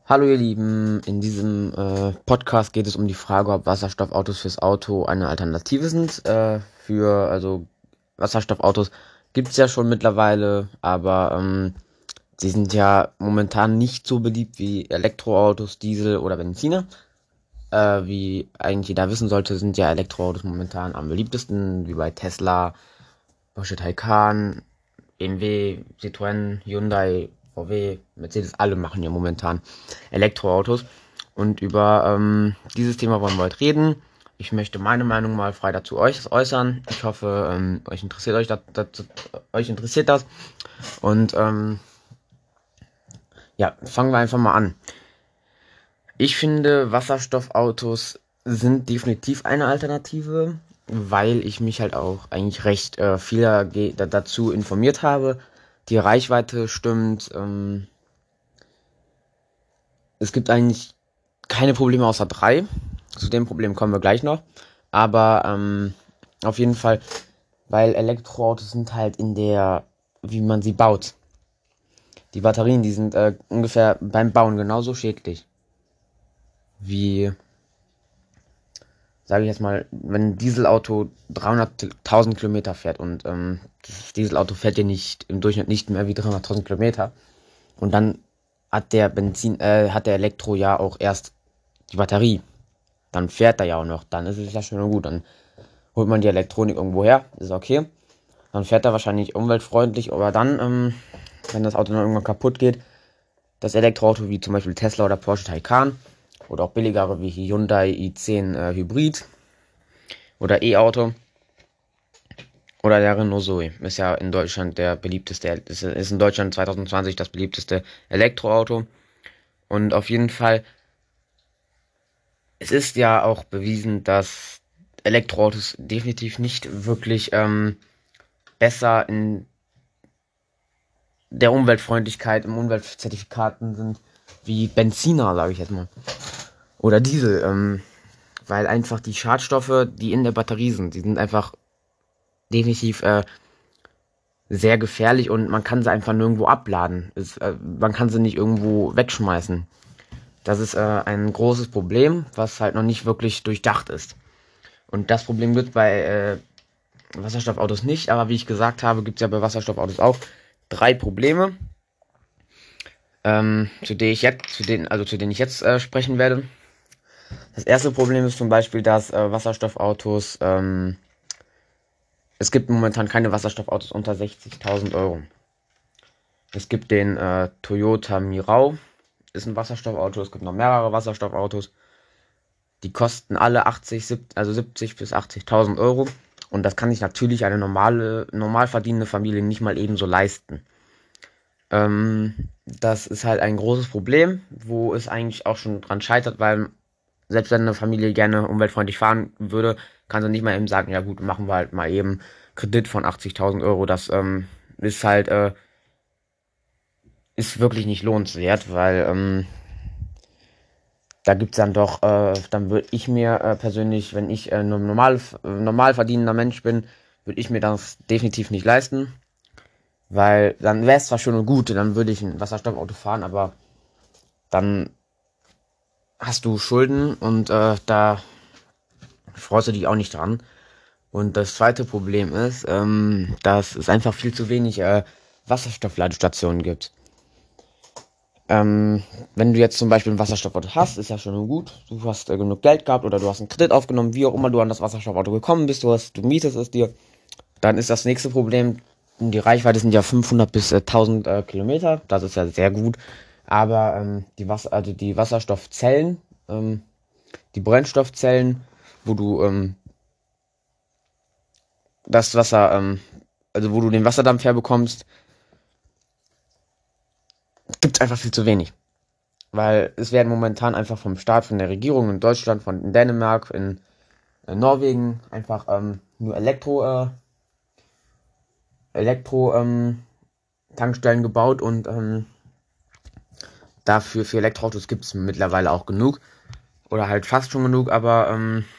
Hallo ihr Lieben, in diesem Podcast geht es um die Frage, ob Wasserstoffautos fürs Auto eine Alternative sind. Wasserstoffautos gibt es ja schon mittlerweile, aber sie sind ja momentan nicht so beliebt wie Elektroautos, Diesel oder Benziner. Wie eigentlich jeder wissen sollte, sind ja Elektroautos momentan am beliebtesten, wie bei Tesla, Porsche Taycan, BMW, Citroën, Hyundai, VW, Mercedes, alle machen ja momentan Elektroautos. Und über dieses Thema wollen wir heute reden. Ich möchte meine Meinung mal frei dazu euch äußern. Ich hoffe, euch interessiert das. Und ja, fangen wir einfach mal an. Ich finde, Wasserstoffautos sind definitiv eine Alternative, weil ich mich halt auch eigentlich recht viel dazu informiert habe. Die Reichweite stimmt. Es gibt eigentlich keine Probleme außer drei. Zu dem Problem kommen wir gleich noch. Aber auf jeden Fall, weil Elektroautos sind halt wie man sie baut. Die Batterien, die sind ungefähr beim Bauen genauso schädlich wie, sage ich jetzt mal, wenn ein Dieselauto 300.000 Kilometer fährt und das Dieselauto fährt ja nicht im Durchschnitt nicht mehr wie 300.000 Kilometer und dann hat der Elektro ja auch erst die Batterie. Dann fährt er ja auch noch, dann ist es ja schön und gut. Dann holt man die Elektronik irgendwo her, ist okay. Dann fährt er wahrscheinlich umweltfreundlich, aber dann, wenn das Auto dann irgendwann kaputt geht, das Elektroauto wie zum Beispiel Tesla oder Porsche Taycan oder auch billigere wie Hyundai i10 Hybrid oder E-Auto oder der Renault Zoe ist ja in Deutschland der beliebteste, ist in Deutschland 2020 das beliebteste Elektroauto. Und auf jeden Fall, es ist ja auch bewiesen, dass Elektroautos definitiv nicht wirklich besser in der Umweltfreundlichkeit im Umweltzertifikaten sind wie Benziner, sage ich jetzt mal. Oder Diesel, weil einfach die Schadstoffe, die in der Batterie sind, die sind einfach definitiv sehr gefährlich und man kann sie einfach nirgendwo abladen. Man kann sie nicht irgendwo wegschmeißen. Das ist ein großes Problem, was halt noch nicht wirklich durchdacht ist. Und das Problem wird bei Wasserstoffautos nicht, aber wie ich gesagt habe, gibt es ja bei Wasserstoffautos auch drei Probleme, zu denen ich jetzt sprechen werde. Das erste Problem ist zum Beispiel, dass Wasserstoffautos, es gibt momentan keine Wasserstoffautos unter 60.000 Euro. Es gibt den Toyota Mirau, ist ein Wasserstoffauto, es gibt noch mehrere Wasserstoffautos, die kosten alle 70 bis 80.000 Euro. Und das kann sich natürlich eine normal verdienende Familie nicht mal ebenso leisten. Das ist halt ein großes Problem, wo es eigentlich auch schon dran scheitert, weil selbst wenn eine Familie gerne umweltfreundlich fahren würde, kann sie nicht mal eben sagen, ja gut, machen wir halt mal eben Kredit von 80.000 Euro. Das ist halt, ist wirklich nicht lohnenswert, weil da gibt's dann doch, dann würde ich mir persönlich, wenn ich normal verdienender Mensch bin, würde ich mir das definitiv nicht leisten. Weil dann wäre es zwar schön und gut, dann würde ich ein Wasserstoffauto fahren, aber dann hast du Schulden und da freust du dich auch nicht dran. Und das zweite Problem ist, dass es einfach viel zu wenig Wasserstoffladestationen gibt. Wenn du jetzt zum Beispiel ein Wasserstoffauto hast, ist ja schon und gut. Du hast genug Geld gehabt oder du hast einen Kredit aufgenommen, wie auch immer du an das Wasserstoffauto gekommen bist, du mietest es dir. Dann ist das nächste Problem, die Reichweite sind ja 500 bis 1000 Kilometer. Das ist ja sehr gut. Aber die Wasserstoffzellen, die Brennstoffzellen, wo du das Wasser, wo du den Wasserdampf herbekommst, gibt einfach viel zu wenig. Weil es werden momentan einfach vom Staat, von der Regierung in Deutschland, in Dänemark, in Norwegen einfach nur Elektro Tankstellen gebaut und dafür für Elektroautos gibt es mittlerweile auch genug. Oder halt fast schon genug, aber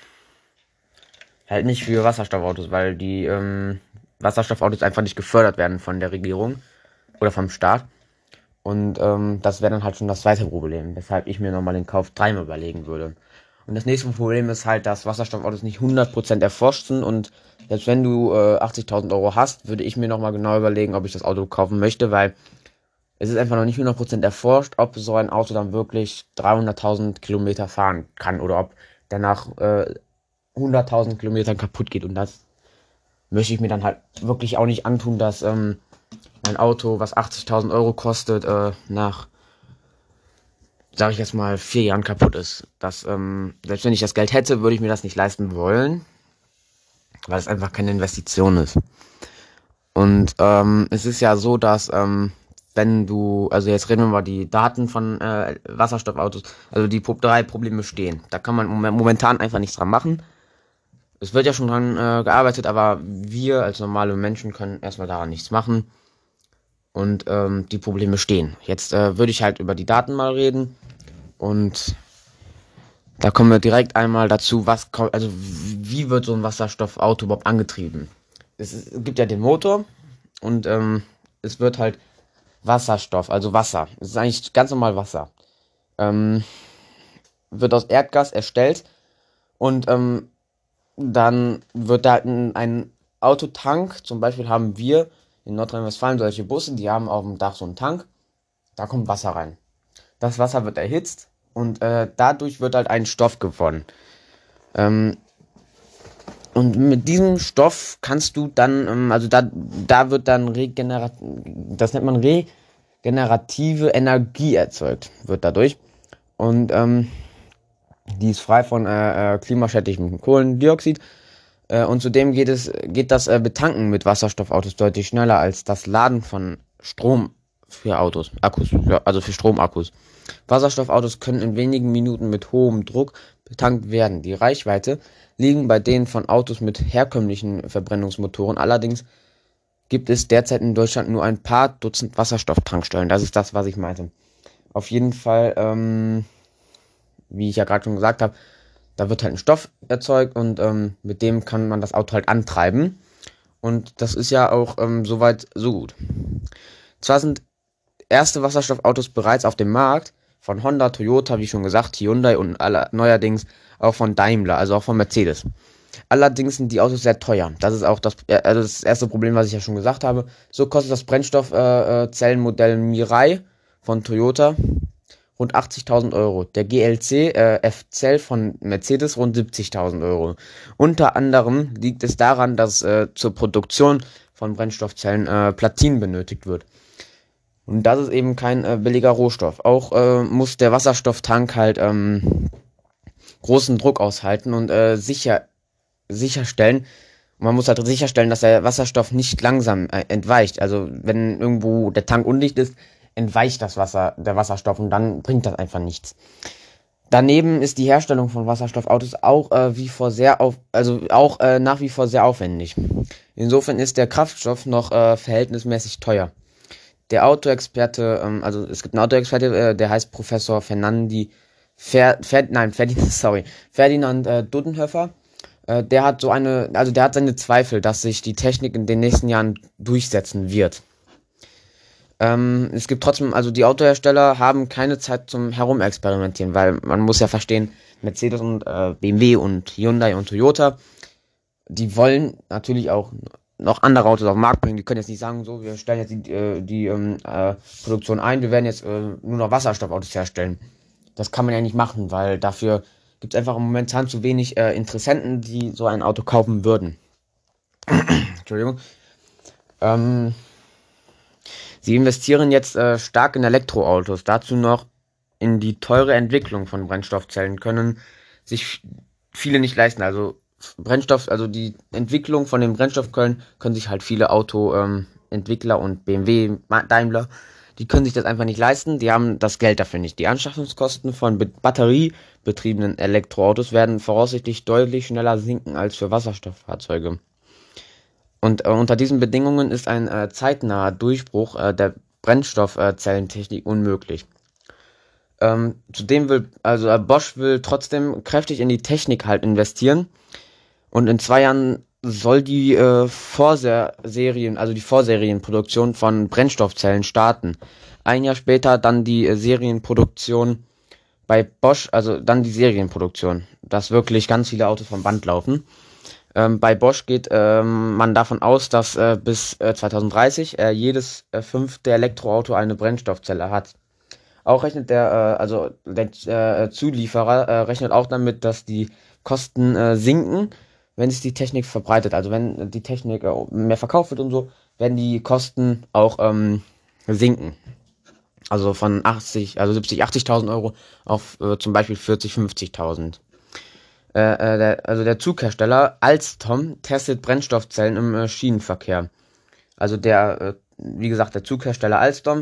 halt nicht für Wasserstoffautos, weil die Wasserstoffautos einfach nicht gefördert werden von der Regierung oder vom Staat. Und das wäre dann halt schon das zweite Problem, weshalb ich mir nochmal den Kauf dreimal überlegen würde. Und das nächste Problem ist halt, dass Wasserstoffautos nicht 100% erforscht sind und selbst wenn du 80.000 Euro hast, würde ich mir nochmal genau überlegen, ob ich das Auto kaufen möchte, weil es ist einfach noch nicht 100% erforscht, ob so ein Auto dann wirklich 300.000 Kilometer fahren kann oder ob der nach 100.000 Kilometern kaputt geht. Und das möchte ich mir dann halt wirklich auch nicht antun, dass ein Auto, was 80.000 Euro kostet, nach, sage ich jetzt mal, 4 Jahren kaputt ist. Das, selbst wenn ich das Geld hätte, würde ich mir das nicht leisten wollen, weil es einfach keine Investition ist. Und es ist ja so, dass wenn du, also jetzt reden wir mal die Daten von Wasserstoffautos, also die drei Probleme stehen. Da kann man momentan einfach nichts dran machen. Es wird ja schon dran gearbeitet, aber wir als normale Menschen können erstmal daran nichts machen. Und die Probleme stehen. Jetzt würde ich halt über die Daten mal reden. Und da kommen wir direkt einmal dazu, also wie wird so ein Wasserstoffauto überhaupt angetrieben? Es gibt ja den Motor und es wird halt Wasserstoff, also Wasser. Es ist eigentlich ganz normal Wasser. Wird aus Erdgas erstellt und dann wird da ein Autotank, zum Beispiel haben wir in Nordrhein-Westfalen solche Busse, die haben auf dem Dach so einen Tank, da kommt Wasser rein. Das Wasser wird erhitzt und dadurch wird halt ein Stoff gewonnen. Und mit diesem Stoff kannst du dann, also da wird dann das nennt man regenerative Energie erzeugt, wird dadurch. Und die ist frei von klimaschädlichem Kohlendioxid. Und zudem geht das Betanken mit Wasserstoffautos deutlich schneller als das Laden von Strom für Akkus, ja, also für Stromakkus. Wasserstoffautos können in wenigen Minuten mit hohem Druck betankt werden. Die Reichweite liegen bei denen von Autos mit herkömmlichen Verbrennungsmotoren. Allerdings gibt es derzeit in Deutschland nur ein paar Dutzend Wasserstofftankstellen. Das ist das, was ich meinte. Auf jeden Fall, wie ich ja gerade schon gesagt habe, da wird halt ein Stoff erzeugt und mit dem kann man das Auto halt antreiben. Und das ist ja auch soweit so gut. Zwar sind erste Wasserstoffautos bereits auf dem Markt von Honda, Toyota, wie schon gesagt, Hyundai und neuerdings auch von Daimler, also auch von Mercedes. Allerdings sind die Autos sehr teuer. Das ist auch das erste Problem, was ich ja schon gesagt habe. So kostet das Brennstoffzellenmodell Mirai von Toyota rund 80.000 Euro. Der GLC F-Cell von Mercedes rund 70.000 Euro. Unter anderem liegt es daran, dass zur Produktion von Brennstoffzellen Platin benötigt wird. Und das ist eben kein billiger Rohstoff. Auch muss der Wasserstofftank halt großen Druck aushalten und sicherstellen. Man muss halt sicherstellen, dass der Wasserstoff nicht langsam entweicht. Also wenn irgendwo der Tank undicht ist, entweicht der Wasserstoff und dann bringt das einfach nichts. Daneben ist die Herstellung von Wasserstoffautos auch nach wie vor sehr aufwendig. Insofern ist der Kraftstoff noch verhältnismäßig teuer. Der Autoexperte, also es gibt einen Autoexperte, der heißt Professor Ferdinand Dudenhöfer. Der hat seine Zweifel, dass sich die Technik in den nächsten Jahren durchsetzen wird. Es gibt trotzdem, also die Autohersteller haben keine Zeit zum Herumexperimentieren, weil man muss ja verstehen, Mercedes und BMW und Hyundai und Toyota, die wollen natürlich auch noch andere Autos auf den Markt bringen. Die können jetzt nicht sagen, so, wir stellen jetzt die Produktion ein, wir werden jetzt nur noch Wasserstoffautos herstellen. Das kann man ja nicht machen, weil dafür gibt es einfach momentan zu wenig Interessenten, die so ein Auto kaufen würden. Entschuldigung. Sie investieren jetzt stark in Elektroautos. Dazu noch in die teure Entwicklung von Brennstoffzellen können sich viele nicht leisten. Also die Entwicklung von den Brennstoffzellen können sich halt viele Autoentwickler und BMW, Daimler, die können sich das einfach nicht leisten. Die haben das Geld dafür nicht. Die Anschaffungskosten von batteriebetriebenen Elektroautos werden voraussichtlich deutlich schneller sinken als für Wasserstofffahrzeuge. Und unter diesen Bedingungen ist ein zeitnaher Durchbruch der Brennstoffzellentechnik unmöglich. Zudem Bosch will trotzdem kräftig in die Technik halt investieren. Und in 2 Jahren soll die Vorserienproduktion von Brennstoffzellen starten. ein Jahr später dann die Serienproduktion bei Bosch, also dann die Serienproduktion, dass wirklich ganz viele Autos vom Band laufen. Bei Bosch geht man davon aus, dass bis 2030 jedes fünfte Elektroauto eine Brennstoffzelle hat. Auch rechnet der Zulieferer rechnet auch damit, dass die Kosten sinken, wenn sich die Technik verbreitet. Also wenn die Technik mehr verkauft wird und so, werden die Kosten auch sinken. Also von 70, 80.000 Euro auf zum Beispiel 40, 50.000. Der Zughersteller Alstom testet Brennstoffzellen im Schienenverkehr. Also wie gesagt, der Zughersteller Alstom,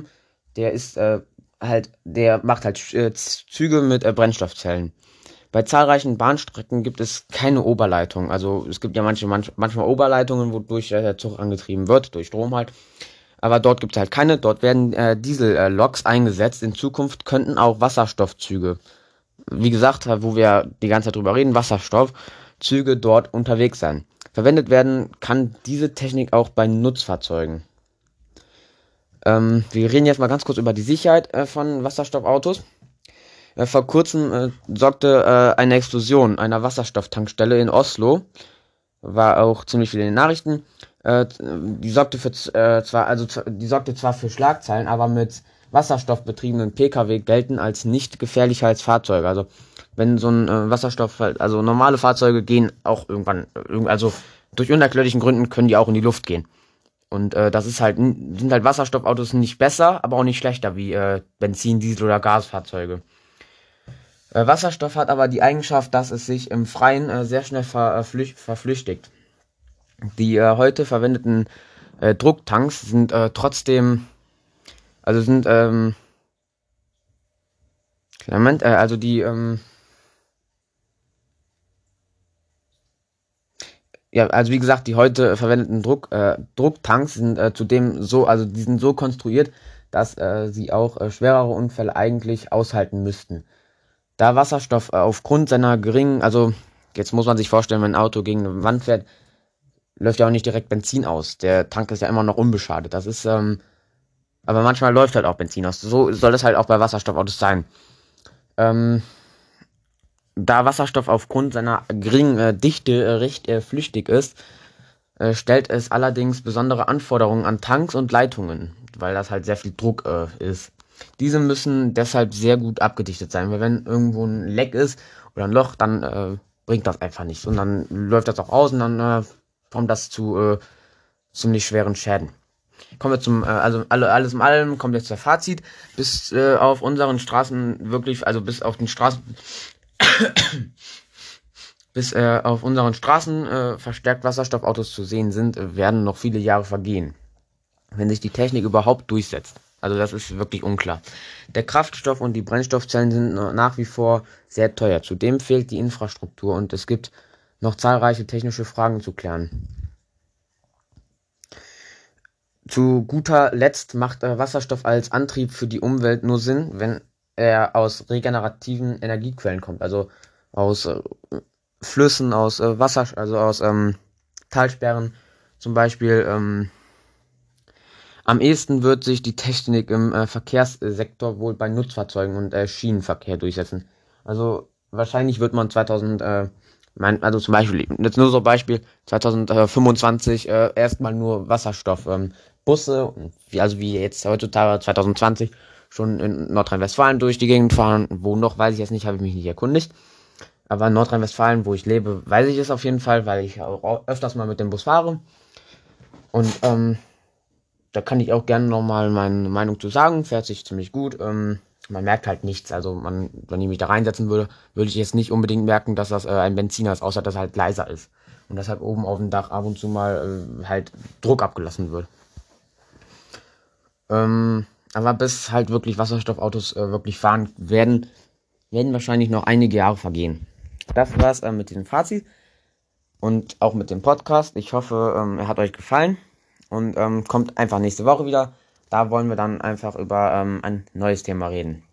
der macht halt Züge mit Brennstoffzellen. Bei zahlreichen Bahnstrecken gibt es keine Oberleitung. Also es gibt ja manchmal Oberleitungen, wodurch der Zug angetrieben wird, durch Strom halt. Aber dort gibt es halt keine. Dort werden Diesel-Loks eingesetzt. In Zukunft könnten auch Wasserstoffzüge, wie gesagt, wo wir die ganze Zeit drüber reden, Wasserstoffzüge dort unterwegs sein. Verwendet werden kann diese Technik auch bei Nutzfahrzeugen. Wir reden jetzt mal ganz kurz über die Sicherheit von Wasserstoffautos. Vor kurzem sorgte eine Explosion einer Wasserstofftankstelle in Oslo, war auch ziemlich viel in den Nachrichten. Die sorgte die sorgte zwar für Schlagzeilen, aber mit wasserstoffbetriebenen Pkw gelten als nicht gefährlicher als Fahrzeuge. Also wenn so ein also normale Fahrzeuge gehen auch also durch unerklärlichen Gründen können die auch in die Luft gehen. Und sind halt Wasserstoffautos nicht besser, aber auch nicht schlechter wie Benzin, Diesel oder Gasfahrzeuge. Wasserstoff hat aber die Eigenschaft, dass es sich im Freien sehr schnell verflüchtigt. Die heute verwendeten Drucktanks sind trotzdem, also sind, Moment, also die, ja, also wie gesagt, die heute verwendeten Drucktanks sind zudem die sind so konstruiert, dass sie auch schwerere Unfälle eigentlich aushalten müssten. Da Wasserstoff aufgrund seiner geringen, also jetzt muss man sich vorstellen, wenn ein Auto gegen eine Wand fährt, läuft ja auch nicht direkt Benzin aus. Der Tank ist ja immer noch unbeschadet. Aber manchmal läuft halt auch Benzin aus. So soll es halt auch bei Wasserstoffautos sein. Da Wasserstoff aufgrund seiner geringen Dichte recht flüchtig ist, stellt es allerdings besondere Anforderungen an Tanks und Leitungen, weil das halt sehr viel Druck ist. Diese müssen deshalb sehr gut abgedichtet sein, weil wenn irgendwo ein Leck ist oder ein Loch, dann bringt das einfach nichts. Und dann läuft das auch aus und dann kommt das zu ziemlich schweren Schäden. Kommen wir alles in allem kommt jetzt der Fazit. Bis auf unseren Straßen wirklich, also bis auf den Straßen, bis auf unseren Straßen verstärkt Wasserstoffautos zu sehen sind, werden noch viele Jahre vergehen, wenn sich die Technik überhaupt durchsetzt. Also das ist wirklich unklar. Der Kraftstoff und die Brennstoffzellen sind nach wie vor sehr teuer. Zudem fehlt die Infrastruktur und es gibt noch zahlreiche technische Fragen zu klären. Zu guter Letzt macht Wasserstoff als Antrieb für die Umwelt nur Sinn, wenn er aus regenerativen Energiequellen kommt, also aus Flüssen, aus aus Talsperren zum Beispiel. Am ehesten wird sich die Technik im Verkehrssektor wohl bei Nutzfahrzeugen und Schienenverkehr durchsetzen. Also wahrscheinlich wird man also zum Beispiel, jetzt nur so Beispiel, 2025 erstmal nur Wasserstoff Busse, wie jetzt heutzutage 2020 schon in Nordrhein-Westfalen durch die Gegend fahren. Wo noch, weiß ich jetzt nicht, habe ich mich nicht erkundigt. Aber in Nordrhein-Westfalen, wo ich lebe, weiß ich es auf jeden Fall, weil ich auch öfters mal mit dem Bus fahre. Und da kann ich auch gerne nochmal meine Meinung zu sagen. Fährt sich ziemlich gut. Man merkt halt nichts. Also wenn ich mich da reinsetzen würde, würde ich jetzt nicht unbedingt merken, dass das ein Benziner ist, außer dass er halt leiser ist. Und deshalb oben auf dem Dach ab und zu mal halt Druck abgelassen wird. Aber bis halt wirklich Wasserstoffautos wirklich fahren werden wahrscheinlich noch einige Jahre vergehen. Das war's mit diesem Fazit und auch mit dem Podcast. Ich hoffe, er hat euch gefallen und kommt einfach nächste Woche wieder. Da wollen wir dann einfach über ein neues Thema reden.